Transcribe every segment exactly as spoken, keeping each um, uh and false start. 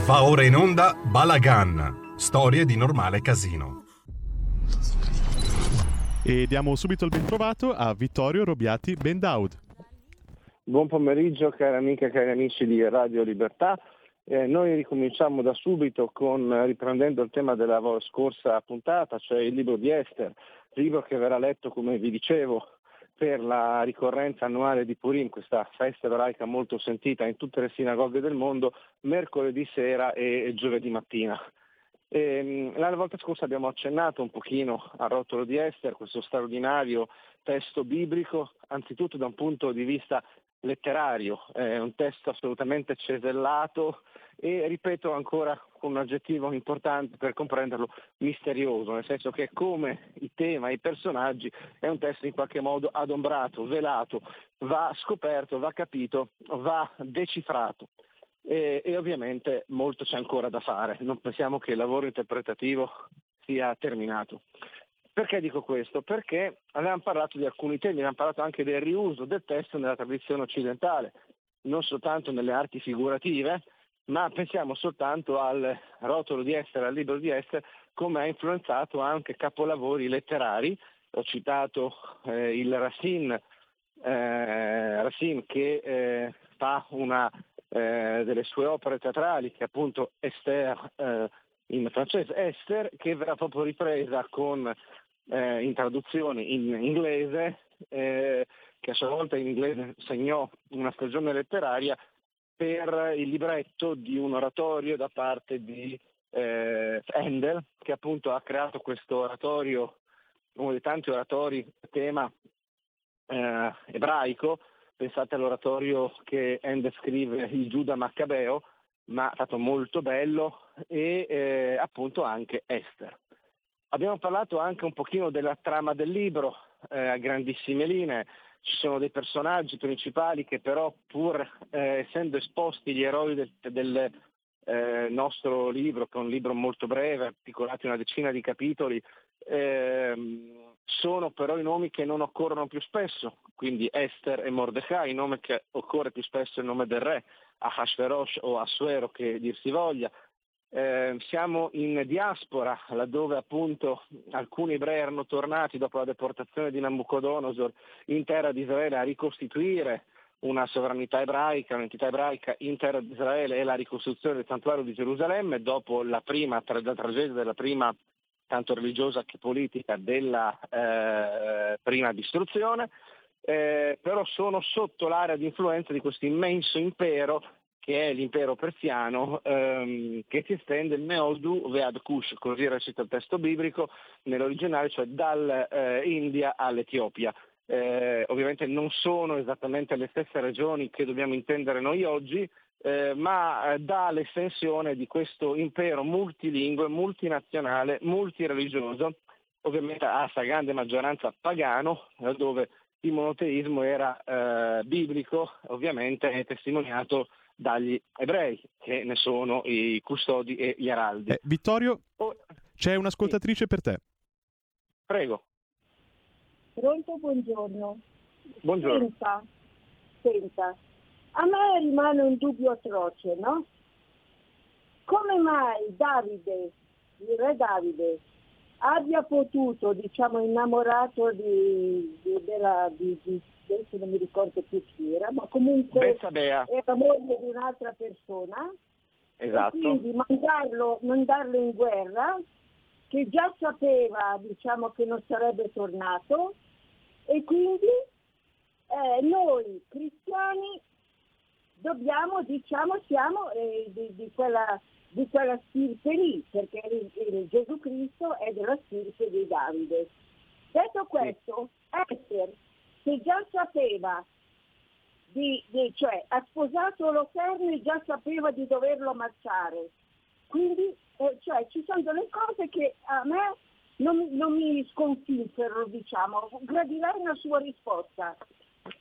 Va ora in onda Balagan, storie di normale casino. E diamo subito il bentrovato a Vittorio Robiati Bendaud. Buon pomeriggio cari amiche e cari amici di Radio Libertà. Eh, noi ricominciamo da subito con riprendendo il tema della scorsa puntata, cioè il libro di Esther, libro che verrà letto, come vi dicevo, per la ricorrenza annuale di Purim, questa festa ebraica molto sentita in tutte le sinagoghe del mondo, mercoledì sera e giovedì mattina. E, la volta scorsa abbiamo accennato un pochino al rotolo di Esther, questo straordinario testo biblico, anzitutto da un punto di vista letterario, è un testo assolutamente cesellato e, ripeto ancora con un aggettivo importante per comprenderlo, misterioso, nel senso che come il tema, i personaggi, è un testo in qualche modo adombrato, velato, va scoperto, va capito, va decifrato. E, e ovviamente molto c'è ancora da fare, non pensiamo che il lavoro interpretativo sia terminato. Perché dico questo? Perché avevamo parlato di alcuni temi, abbiamo parlato anche del riuso del testo nella tradizione occidentale, non soltanto nelle arti figurative, ma pensiamo soltanto al rotolo di Esther, al libro di Esther, come ha influenzato anche capolavori letterari. Ho citato eh, il Racine, eh, Racine che eh, fa una eh, delle sue opere teatrali, che è appunto Esther, eh, in francese Esther, che verrà proprio ripresa con Eh, in traduzione in inglese, eh, che a sua volta in inglese segnò una stagione letteraria per il libretto di un oratorio da parte di eh, Handel, che appunto ha creato questo oratorio, uno dei tanti oratori a tema eh, ebraico. Pensate all'oratorio che Handel scrive, il Giuda Maccabeo, ma è stato molto bello, e eh, appunto anche Esther. Abbiamo parlato anche un pochino della trama del libro, eh, a grandissime linee. Ci sono dei personaggi principali che però, pur eh, essendo esposti gli eroi del, del eh, nostro libro, che è un libro molto breve, articolato in una decina di capitoli, ehm, sono però i nomi che non occorrono più spesso, quindi Esther e Mordecai, il nome che occorre più spesso è il nome del re, Ahasverosh o Assuero che dir si voglia. Eh, siamo in diaspora, laddove appunto alcuni ebrei erano tornati dopo la deportazione di Nabucodonosor in terra di Israele a ricostituire una sovranità ebraica, un'entità ebraica in terra di Israele, e la ricostruzione del santuario di Gerusalemme dopo la prima tra- la tragedia della prima, tanto religiosa che politica, della eh, prima distruzione. Eh, però sono sotto l'area di influenza di questo immenso impero che è l'impero persiano, ehm, che si estende Meodu Vead Kush, così recita il testo biblico nell'originale, cioè dall'India eh, all'Etiopia. Eh, ovviamente non sono esattamente le stesse regioni che dobbiamo intendere noi oggi, eh, ma eh, dà l'estensione di questo impero multilingue, multinazionale, multireligioso, ovviamente a stragrande maggioranza pagano, eh, dove il monoteismo era eh, biblico, ovviamente è testimoniato dagli ebrei, che ne sono i custodi e gli araldi. Eh, Vittorio, oh, c'è un'ascoltatrice sì. per te. Prego. Pronto, buongiorno. Buongiorno. Senta, senta, a me rimane un dubbio atroce, no? Come mai Davide, il re Davide, abbia potuto, diciamo, innamorato di, di, della, di, di adesso non mi ricordo più chi era, ma comunque Betsabea. era moglie di un'altra persona, esatto. E quindi mandarlo, mandarlo in guerra, che già sapeva, diciamo, che non sarebbe tornato, e quindi eh, noi cristiani dobbiamo, diciamo, siamo eh, di, di quella di quella stirpe lì, perché il, il Gesù Cristo è della stirpe di Davide. Detto questo, Esther, che già sapeva, di, di, cioè ha sposato Loterno e già sapeva di doverlo ammazzare, quindi eh, cioè, ci sono delle cose che a me non, non mi sconfinsero, diciamo. Gradirei una sua risposta.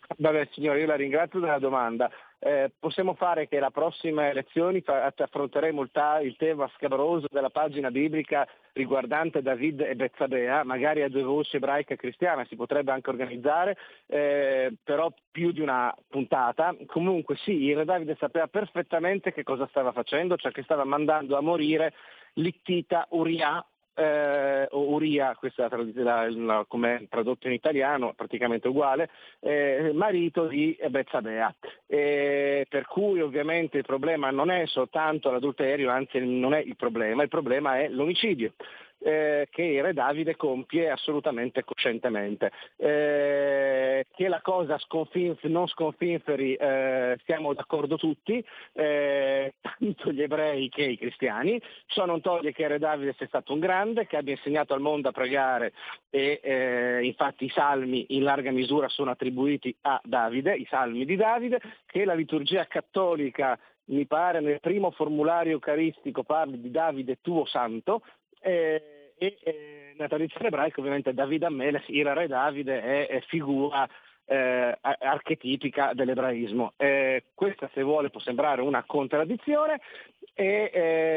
Vabbè signore, io la ringrazio della domanda. Eh, possiamo fare che la prossima elezioni fa- affronteremo il, ta- il tema scabroso della pagina biblica riguardante David e Bezzabea, magari a due voci ebraica e cristiana, si potrebbe anche organizzare, eh, però più di una puntata. Comunque sì, il re Davide sapeva perfettamente che cosa stava facendo, cioè che stava mandando a morire Littita, Uria, eh, o Uria, questa è la, la, come è tradotto in italiano, praticamente uguale, eh, marito di Bezzabea. Eh, per cui ovviamente il problema non è soltanto l'adulterio, anzi non è il problema, il problema è l'omicidio. Eh, che il re Davide compie assolutamente coscientemente. Eh, che la cosa sconfinf- non sconfinferi, eh, siamo d'accordo tutti, eh, tanto gli ebrei che i cristiani. Ciò non toglie che il re Davide sia stato un grande, che abbia insegnato al mondo a pregare e eh, infatti i salmi in larga misura sono attribuiti a Davide, i salmi di Davide, che la liturgia cattolica mi pare nel primo formulario eucaristico parli di Davide tuo santo. Eh, e eh, nella tradizione ebraica ovviamente David Amelech, il re Davide, è, è figura eh, archetipica dell'ebraismo. Eh, questa, se vuole, può sembrare una contraddizione, e,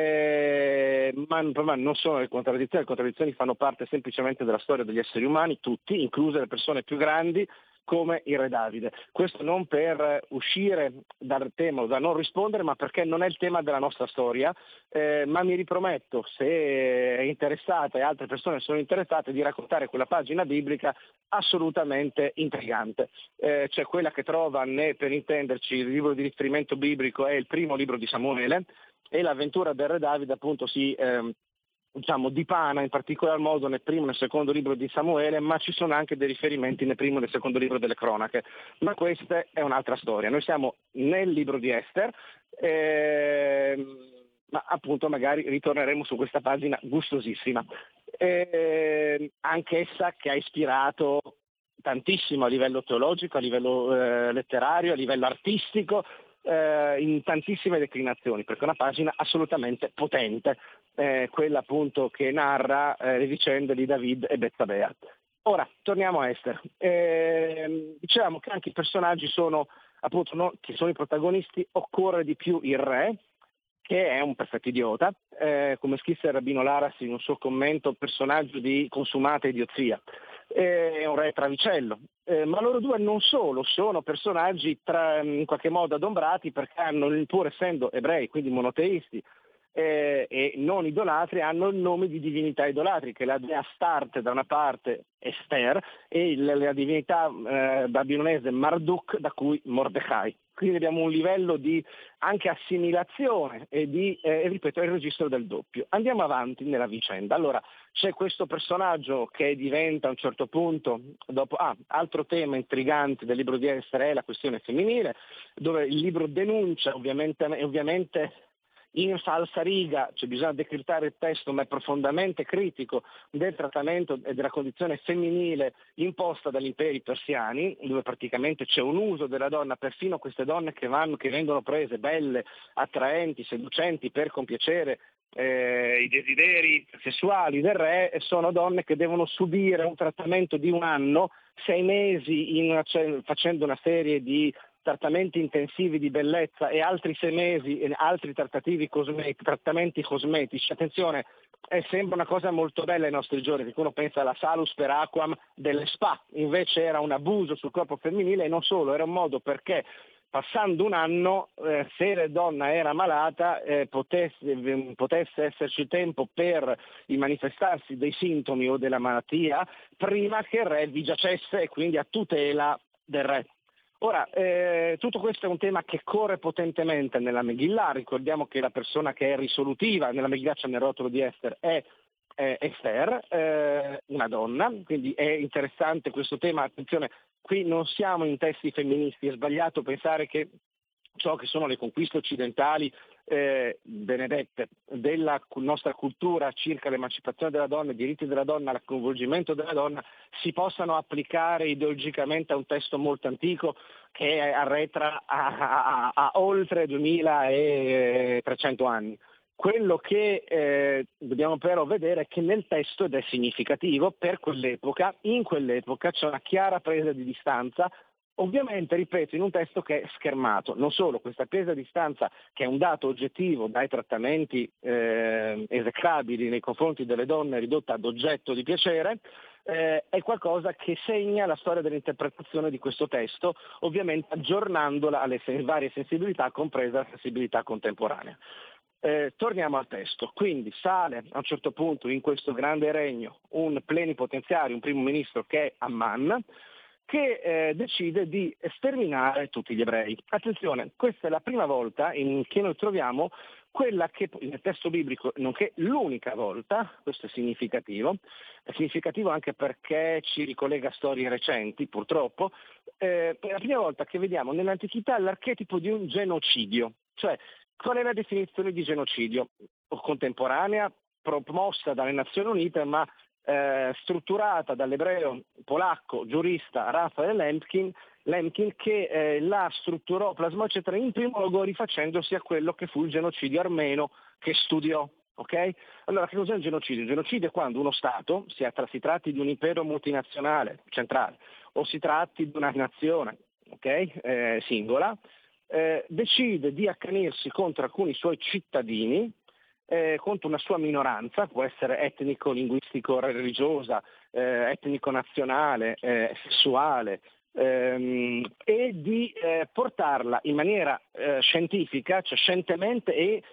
eh, ma, ma non sono le contraddizioni, le contraddizioni fanno parte semplicemente della storia degli esseri umani, tutti, incluse le persone più grandi come il re Davide. Questo non per uscire dal tema o da non rispondere, ma perché non è il tema della nostra storia, eh, ma mi riprometto, se è interessata e altre persone sono interessate, di raccontare quella pagina biblica assolutamente intrigante. Eh, cioè quella che trova, né, per intenderci, il libro di riferimento biblico è il primo libro di Samuele, e l'avventura del re Davide appunto si eh, diciamo dipana in particolar modo nel primo e nel secondo libro di Samuele, ma ci sono anche dei riferimenti nel primo e nel secondo libro delle cronache. Ma questa è un'altra storia. Noi siamo nel libro di Ester, eh, ma appunto magari ritorneremo su questa pagina gustosissima. Eh, anch'essa che ha ispirato tantissimo a livello teologico, a livello eh, letterario, a livello artistico, eh, in tantissime declinazioni, perché è una pagina assolutamente potente, eh, quella appunto che narra eh, le vicende di David e Bezzabea. Ora, torniamo a Ester. Eh, diciamo che anche i personaggi sono, appunto, no, che sono i protagonisti, occorre di più il re, che è un perfetto idiota, eh, come scrisse il rabbino Laras in un suo commento, personaggio di consumata idiozia. È un re travicello, eh, ma loro due non solo sono personaggi tra, in qualche modo adombrati, perché hanno, pur essendo ebrei, quindi monoteisti eh, e non idolatri, hanno il nome di divinità idolatriche, la dea Astarte da una parte, Ester, e il, la divinità eh, babilonese Marduk, da cui Mordecai. Quindi abbiamo un livello di anche assimilazione e di, eh, ripeto, il registro del doppio. Andiamo avanti nella vicenda. Allora, c'è questo personaggio che diventa a un certo punto, dopo, ah, altro tema intrigante del libro di Ester è la questione femminile, dove il libro denuncia ovviamente, ovviamente in falsa riga, cioè bisogna decrittare il testo, ma è profondamente critico del trattamento e della condizione femminile imposta dagli imperi persiani, dove praticamente c'è un uso della donna, perfino queste donne che, vanno, che vengono prese belle, attraenti, seducenti per compiacere eh, i desideri sessuali del re, sono donne che devono subire un trattamento di un anno, sei mesi in una, cioè, facendo una serie di trattamenti intensivi di bellezza e altri sei mesi e altri trattativi cosme- trattamenti cosmetici. Attenzione, eh, sembra una cosa molto bella ai nostri giorni, perché uno pensa alla salus per aquam delle spa, invece era un abuso sul corpo femminile, e non solo, era un modo perché passando un anno, eh, se la donna era malata, eh, potesse, potesse esserci tempo per il manifestarsi dei sintomi o della malattia prima che il re vi giacesse, e quindi a tutela del re. Ora, eh, tutto questo è un tema che corre potentemente nella Megillah. Ricordiamo che la persona che è risolutiva nella Megillah, c'è nel rotolo di Ester, è eh, Ester, eh, una donna, quindi è interessante questo tema. Attenzione, qui non siamo in testi femministi, è sbagliato pensare che ciò che sono le conquiste occidentali eh, benedette della nostra cultura circa l'emancipazione della donna, i diritti della donna, il coinvolgimento della donna si possano applicare ideologicamente a un testo molto antico che arretra a, a, a, a oltre duemilatrecento anni. Quello che eh, dobbiamo però vedere è che nel testo, ed è significativo per quell'epoca, in quell'epoca c'è una chiara presa di distanza ovviamente, ripeto, in un testo che è schermato. Non solo, questa presa a distanza, che è un dato oggettivo dai trattamenti eh, esecrabili nei confronti delle donne ridotta ad oggetto di piacere, eh, è qualcosa che segna la storia dell'interpretazione di questo testo, ovviamente aggiornandola alle sen- varie sensibilità, compresa la sensibilità contemporanea. Eh, torniamo al testo, quindi sale a un certo punto in questo grande regno un plenipotenziario, un primo ministro che è Amman, che eh, decide di sterminare tutti gli ebrei. Attenzione, questa è la prima volta in che noi troviamo quella che nel testo biblico, nonché l'unica volta, questo è significativo, è significativo anche perché ci ricollega a storie recenti, purtroppo, eh, è la prima volta che vediamo nell'antichità l'archetipo di un genocidio, cioè qual è la definizione di genocidio contemporanea, promossa dalle Nazioni Unite, ma Eh, strutturata dall'ebreo polacco giurista Raphael Lemkin, Lemkin che eh, la strutturò, plasmò eccetera, in primo luogo rifacendosi a quello che fu il genocidio armeno che studiò. Okay? Allora, che cos'è il genocidio? Il genocidio è quando uno Stato, sia tra, si tratti di un impero multinazionale centrale o si tratti di una nazione okay? eh, singola, eh, decide di accanirsi contro alcuni suoi cittadini, Eh, contro una sua minoranza, può essere etnico, linguistico, religiosa, eh, etnico nazionale, eh, sessuale, ehm, e di eh, portarla in maniera eh, scientifica, cioè scientemente e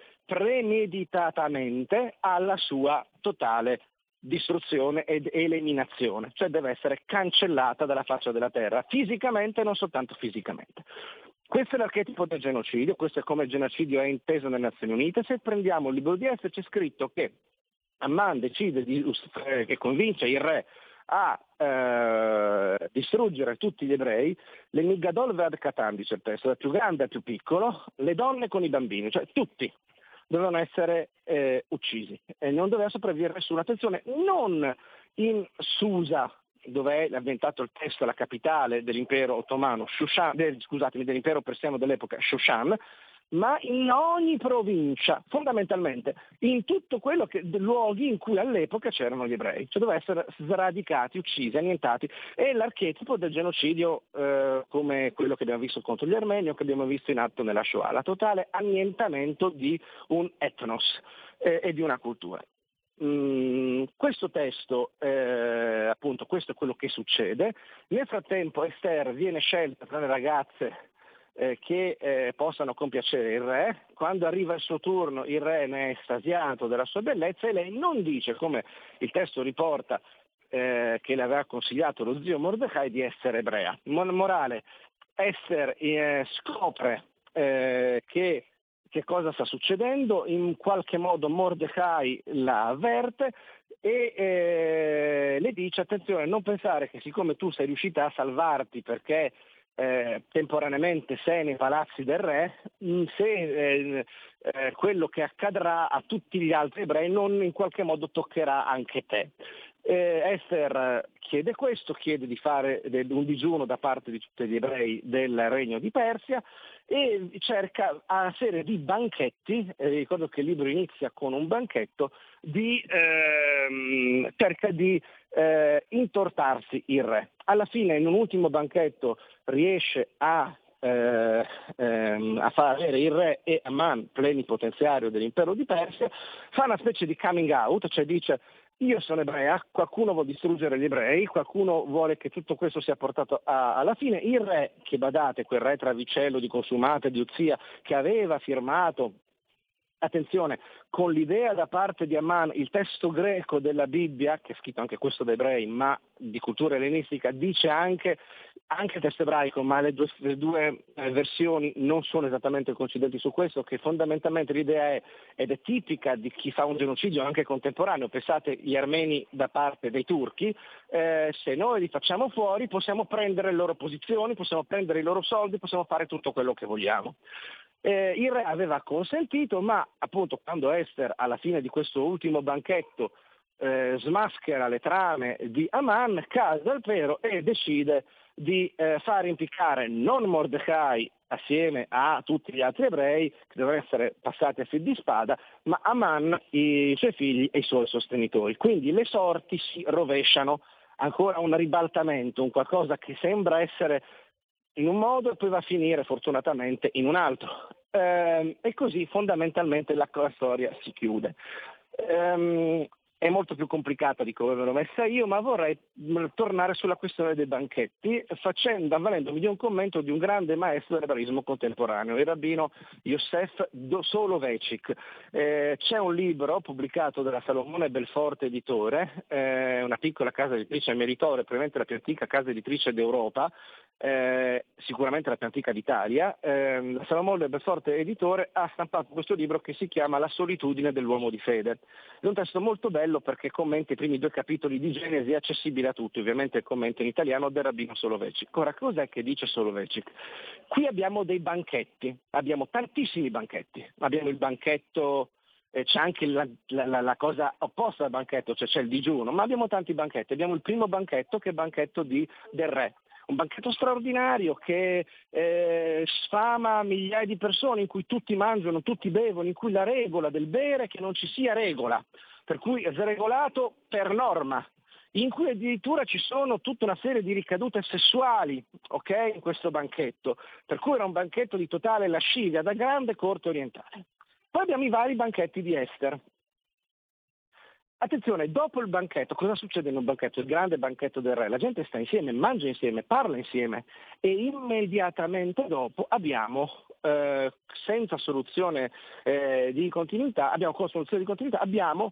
premeditatamente alla sua totale distruzione ed eliminazione, cioè deve essere cancellata dalla faccia della terra, fisicamente e non soltanto fisicamente. Questo è l'archetipo del genocidio, questo è come il genocidio è inteso nelle Nazioni Unite. Se prendiamo il libro di Esther c'è scritto che Amman decide di, eh, che convince il re a eh, distruggere tutti gli ebrei, le Migadol Ve'ad Katan, dice il testo, dal più grande al più piccolo, le donne con i bambini, cioè tutti dovevano essere eh, uccisi e non doveva sopravvivere nessuno. Attenzione, non in Susa, dove è ambientato il testo, la capitale dell'impero ottomano, Shushan, del, scusatemi, dell'impero persiano dell'epoca, Shushan, ma in ogni provincia, fondamentalmente, in tutto quello che, luoghi in cui all'epoca c'erano gli ebrei, cioè dovevano essere sradicati, uccisi, annientati. È l'archetipo del genocidio eh, come quello che abbiamo visto contro gli armeni o che abbiamo visto in atto nella Shoah, la totale annientamento di un etnos eh, e di una cultura. Mm, questo testo, eh, appunto, questo è quello che succede. Nel frattempo Esther viene scelta tra le ragazze eh, che eh, possano compiacere il re. Quando arriva il suo turno il re ne è estasiato della sua bellezza e lei non dice, come il testo riporta, eh, che le aveva consigliato lo zio Mordecai, di essere ebrea. Morale, Esther eh, scopre eh, che che cosa sta succedendo, in qualche modo Mordecai la avverte e eh, le dice: attenzione, non pensare che siccome tu sei riuscita a salvarti perché eh, temporaneamente sei nei palazzi del re, se eh, eh, quello che accadrà a tutti gli altri ebrei non in qualche modo toccherà anche te. Eh, Esther chiede questo, chiede di fare un digiuno da parte di tutti gli ebrei del regno di Persia e cerca una serie di banchetti, eh, ricordo che il libro inizia con un banchetto, di, ehm, cerca di eh, intortarsi il re. Alla fine in un ultimo banchetto riesce a, eh, ehm, a far avere il re e Amman, plenipotenziario dell'impero di Persia, fa una specie di coming out, cioè dice: io sono ebrea, qualcuno vuole distruggere gli ebrei, qualcuno vuole che tutto questo sia portato a, alla fine. Il re, che badate, quel re travicello di consumata, di Uzia, che aveva firmato, attenzione, con l'idea da parte di Amman, il testo greco della Bibbia, che è scritto anche questo da ebrei, ma di cultura ellenistica, dice anche, anche il testo ebraico, ma le due, le due eh, versioni non sono esattamente coincidenti su questo, che fondamentalmente l'idea è, ed è tipica di chi fa un genocidio anche contemporaneo, pensate gli armeni da parte dei turchi, eh, se noi li facciamo fuori possiamo prendere le loro posizioni, possiamo prendere i loro soldi, possiamo fare tutto quello che vogliamo. Eh, il re aveva consentito, ma appunto quando Esther alla fine di questo ultimo banchetto eh, smaschera le trame di Amman, casa il pero e decide di eh, far impiccare non Mordecai assieme a tutti gli altri ebrei che dovevano essere passati a fil di spada, ma Amman, i suoi figli e i suoi sostenitori. Quindi le sorti si rovesciano, ancora un ribaltamento, un qualcosa che sembra essere in un modo e poi va a finire fortunatamente in un altro. Eh, e così fondamentalmente la, la storia si chiude. Um, è molto più complicata di come ve l'ho messa io, ma vorrei tornare sulla questione dei banchetti, facendo, avvalendomi di un commento di un grande maestro dell'ebraismo contemporaneo, il rabbino Yosef Soloveitchik. Eh, c'è un libro pubblicato dalla Salomone Belforte Editore, eh, una piccola casa editrice meritoria, probabilmente la più antica casa editrice d'Europa, Eh, sicuramente la più antica d'Italia. Eh, la Salomone Belforte Editore ha stampato questo libro che si chiama La solitudine dell'uomo di fede. È un testo molto bello perché commenta i primi due capitoli di Genesi, accessibile a tutti, ovviamente il commento in italiano del rabbino Soloveitchik. Ora, cos'è che dice Soloveitchik? Qui abbiamo dei banchetti, abbiamo tantissimi banchetti, abbiamo il banchetto, eh, c'è anche la, la, la cosa opposta al banchetto, cioè c'è il digiuno, ma abbiamo tanti banchetti. Abbiamo il primo banchetto che è il banchetto di, del re. Un banchetto straordinario che eh, sfama migliaia di persone, in cui tutti mangiano, tutti bevono, in cui la regola del bere è che non ci sia regola, per cui è sregolato per norma, in cui addirittura ci sono tutta una serie di ricadute sessuali, ok, in questo banchetto, per cui era un banchetto di totale lascivia da grande corte orientale. Poi abbiamo i vari banchetti di Ester. Attenzione, dopo il banchetto, cosa succede in un banchetto? Il grande banchetto del re, la gente sta insieme, mangia insieme, parla insieme e immediatamente dopo abbiamo, eh, senza soluzione eh, di continuità, abbiamo con soluzione di continuità, abbiamo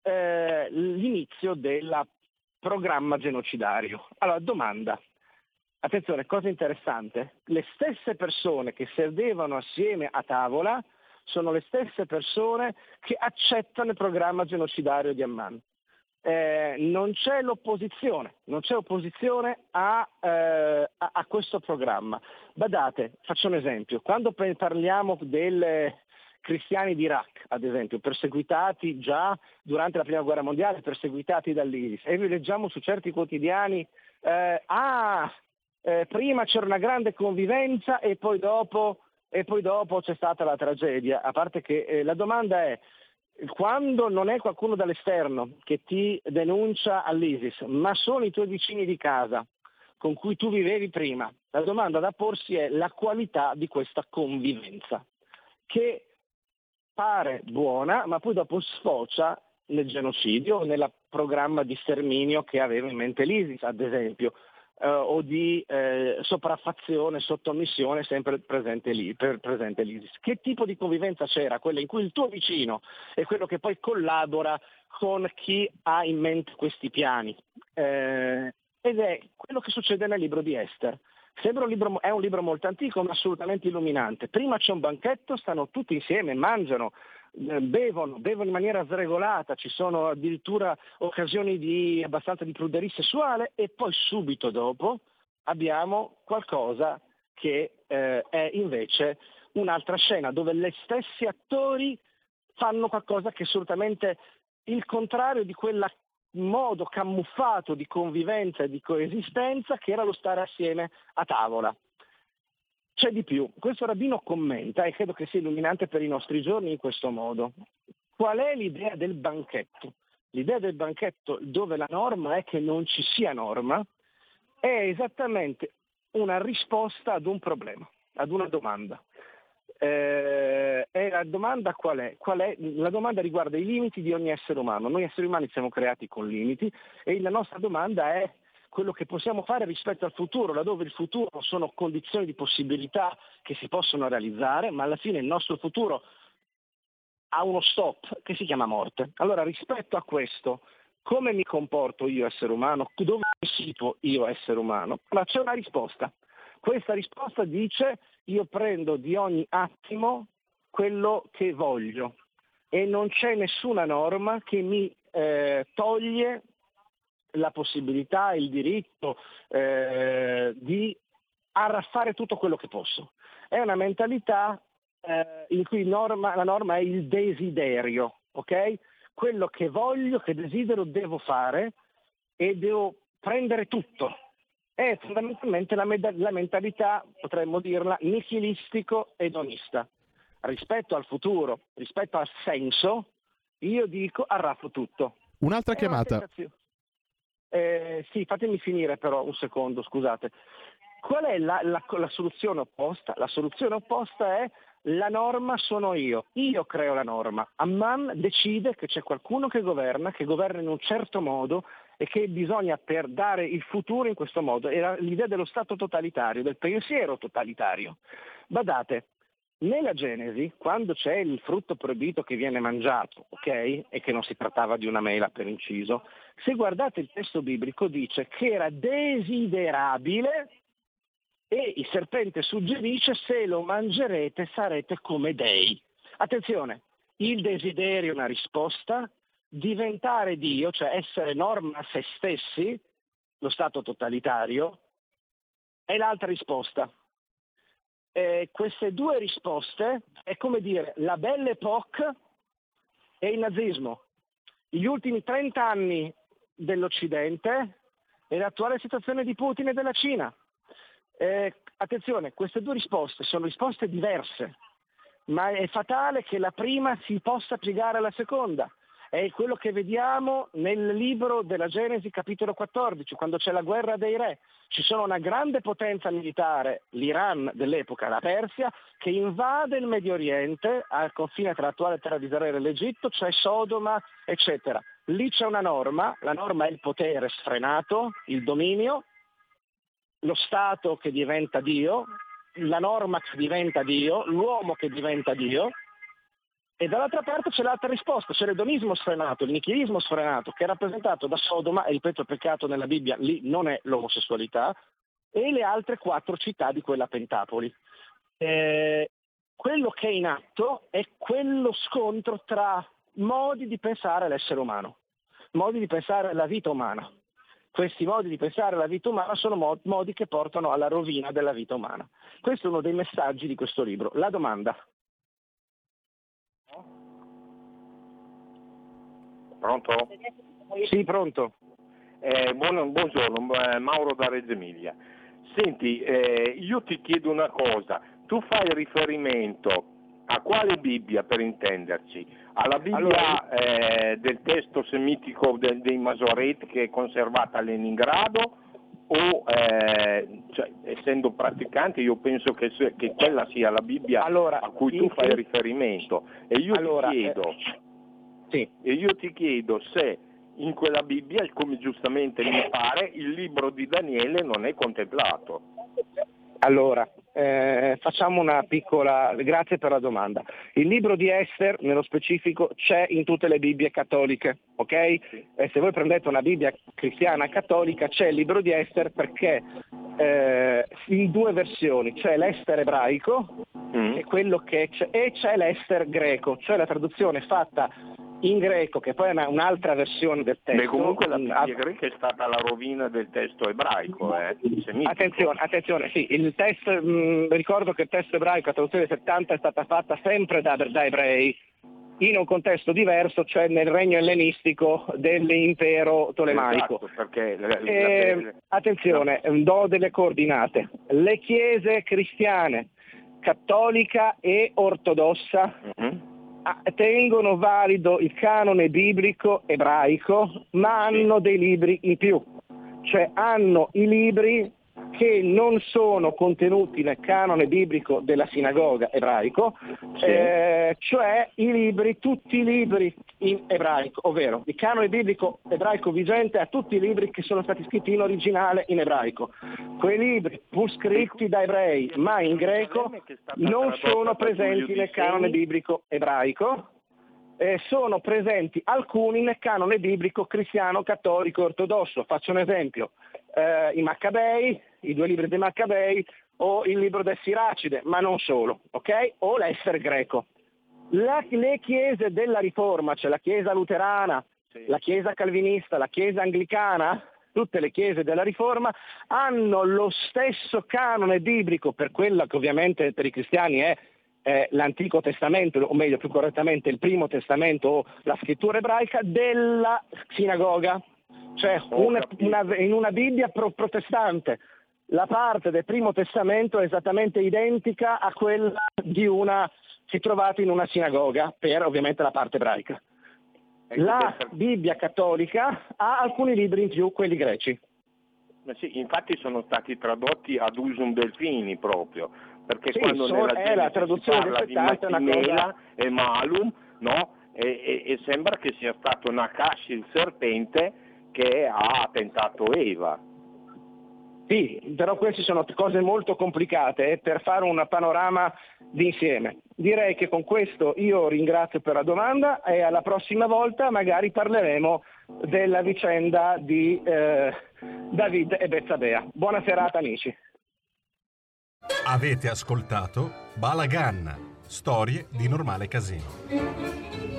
eh, l'inizio del programma genocidario. Allora, domanda. Attenzione, cosa interessante, le stesse persone che sedevano assieme a tavola sono le stesse persone che accettano il programma genocidario di Amman. Eh, non c'è l'opposizione, non c'è opposizione a, eh, a, a questo programma. Badate, faccio un esempio, quando parliamo dei cristiani d'Iraq, ad esempio, perseguitati già durante la prima guerra mondiale, perseguitati dall'ISIS, e vi leggiamo su certi quotidiani, eh, ah, eh, prima c'era una grande convivenza e poi dopo E poi dopo c'è stata la tragedia, a parte che eh, la domanda è, quando non è qualcuno dall'esterno che ti denuncia all'ISIS, ma sono i tuoi vicini di casa con cui tu vivevi prima, la domanda da porsi è la qualità di questa convivenza, che pare buona, ma poi dopo sfocia nel genocidio, nel programma di sterminio che aveva in mente l'ISIS, ad esempio. Uh, o di eh, sopraffazione, sottomissione sempre presente lì, per, presente l'ISIS. Che tipo di convivenza c'era? Quella in cui il tuo vicino è quello che poi collabora con chi ha in mente questi piani. Eh, ed è quello che succede nel libro di Ester. Sembra un libro, è un libro molto antico ma assolutamente illuminante. Prima c'è un banchetto, stanno tutti insieme, mangiano, bevono, bevono in maniera sregolata, ci sono addirittura occasioni di abbastanza di pruderia sessuale e poi subito dopo abbiamo qualcosa che eh, è invece un'altra scena dove gli stessi attori fanno qualcosa che è assolutamente il contrario di quel modo camuffato di convivenza e di coesistenza che era lo stare assieme a tavola. C'è di più, questo rabbino commenta, e credo che sia illuminante per i nostri giorni in questo modo. Qual è l'idea del banchetto? L'idea del banchetto dove la norma è che non ci sia norma è esattamente una risposta ad un problema, ad una domanda. Eh, e la domanda qual è? Qual è? La domanda riguarda i limiti di ogni essere umano. Noi esseri umani siamo creati con limiti e la nostra domanda è quello che possiamo fare rispetto al futuro, laddove il futuro sono condizioni di possibilità che si possono realizzare, ma alla fine il nostro futuro ha uno stop che si chiama morte. Allora, rispetto a questo, come mi comporto io essere umano? Dove mi situo io essere umano? Ma c'è una risposta. Questa risposta dice: io prendo di ogni attimo quello che voglio e non c'è nessuna norma che mi eh, toglie la possibilità, il diritto eh, di fare tutto quello che posso. È una mentalità eh, in cui norma, la norma è il desiderio, ok? Quello che voglio, che desidero, devo fare e devo prendere tutto. È fondamentalmente la, med- la mentalità, potremmo dirla, nihilistico edonista. Rispetto al futuro, rispetto al senso, io dico arraffo tutto. Un'altra è chiamata. Una Eh, sì, fatemi finire però un secondo, scusate. Qual è la, la, la soluzione opposta? La soluzione opposta è: la norma sono io, io creo la norma. Amman decide che c'è qualcuno che governa, che governa in un certo modo e che bisogna per dare il futuro in questo modo. Era l'idea dello Stato totalitario, del pensiero totalitario. Badate, nella Genesi, quando c'è il frutto proibito che viene mangiato, ok? E che non si trattava di una mela per inciso, se guardate il testo biblico dice che era desiderabile. E il serpente suggerisce: se lo mangerete sarete come dei. Attenzione, il desiderio è una risposta, diventare Dio, cioè essere norma a se stessi, lo stato totalitario, è l'altra risposta. Eh, queste due risposte è come dire la Belle Époque e il nazismo. Gli ultimi trenta anni dell'Occidente e l'attuale situazione di Putin e della Cina. Eh, attenzione, queste due risposte sono risposte diverse, ma è fatale che la prima si possa piegare alla seconda. È quello che vediamo nel libro della Genesi capitolo quattordici, quando c'è la guerra dei re. Ci sono una grande potenza militare, l'Iran dell'epoca, la Persia, che invade il Medio Oriente al confine tra l'attuale terra di Israele e l'Egitto, c'è Sodoma, eccetera. Lì c'è una norma, la norma è il potere sfrenato, il dominio, lo Stato che diventa Dio, la norma che diventa Dio, l'uomo che diventa Dio, e dall'altra parte c'è l'altra risposta, c'è l'edonismo sfrenato, il nichilismo sfrenato, che è rappresentato da Sodoma, e ripeto, il peccato nella Bibbia lì non è l'omosessualità, e le altre quattro città di quella Pentapoli. Eh, quello che è in atto è quello scontro tra modi di pensare all'essere umano, modi di pensare alla vita umana. Questi modi di pensare alla vita umana sono modi che portano alla rovina della vita umana. Questo è uno dei messaggi di questo libro. La domanda. Pronto? Sì, pronto. Eh, buon, buongiorno, eh, Mauro da Reggio Emilia. Senti, eh, io ti chiedo una cosa. Tu fai riferimento a quale Bibbia, per intenderci? Alla Bibbia allora, eh, del testo semitico de, dei Masoreti, che è conservata a Leningrado, o eh, cioè, essendo praticante io penso che, che quella sia la Bibbia allora, a cui tu fai riferimento, e io allora, ti chiedo eh, sì. e io ti chiedo se in quella Bibbia, come giustamente mi pare, il libro di Daniele non è contemplato. Allora, eh, facciamo una piccola, grazie per la domanda. Il libro di Ester, nello specifico, c'è in tutte le Bibbie cattoliche, ok? Sì. E se voi prendete una Bibbia cristiana cattolica, c'è il libro di Ester perché eh, in due versioni, c'è l'Ester ebraico mm. e, quello che c'è, e c'è l'Ester greco, cioè la traduzione fatta in greco, che poi è una, un'altra versione del testo. Beh, comunque la Bibbia greca è stata la rovina del testo ebraico, eh? Attenzione, attenzione, sì, il testo, mh, ricordo che il testo ebraico, la traduzione del settanta, è stata fatta sempre da, da ebrei, in un contesto diverso, cioè nel regno ellenistico dell'impero tolemaico. Esatto, perché la, la, e, la, attenzione, no. do delle coordinate. Le chiese cristiane, cattolica e ortodossa, uh-huh. tengono valido il canone biblico ebraico, ma hanno dei libri in più, cioè hanno i libri che non sono contenuti nel canone biblico della sinagoga ebraico, sì. eh, cioè i libri, tutti i libri in ebraico, ovvero il canone biblico ebraico vigente a tutti i libri che sono stati scritti in originale in ebraico. Quei libri, pur scritti da ebrei ma in greco, non sono presenti nel canone biblico ebraico. Eh, sono presenti alcuni nel canone biblico cristiano, cattolico, ortodosso. Faccio un esempio, eh, i Maccabei, i due libri dei Maccabei, o il libro del Siracide, ma non solo, ok? O l'Ester greco. La, le chiese della Riforma, cioè la chiesa luterana, sì. la chiesa calvinista, la chiesa anglicana, tutte le chiese della Riforma hanno lo stesso canone biblico, per quella che ovviamente per i cristiani è Eh, l'Antico Testamento, o meglio più correttamente il Primo Testamento o la scrittura ebraica della sinagoga, cioè una, una, in una Bibbia pro- protestante la parte del Primo Testamento è esattamente identica a quella di una che trovate in una sinagoga, per ovviamente la parte ebraica. La Bibbia cattolica ha alcuni libri in più, quelli greci. Ma sì, infatti sono stati tradotti ad usum delfini proprio, perché sì, quando so, nella è la traduzione si parla del settanta, di Machinela e Malum, no? E, e, e sembra che sia stato Nakash il serpente che ha tentato Eva. Sì, però queste sono cose molto complicate eh, per fare un panorama d'insieme. Direi che con questo io ringrazio per la domanda e alla prossima volta magari parleremo della vicenda di eh, David e Bezzabea. Buona serata amici. Avete ascoltato Balagan, storie di normale casino.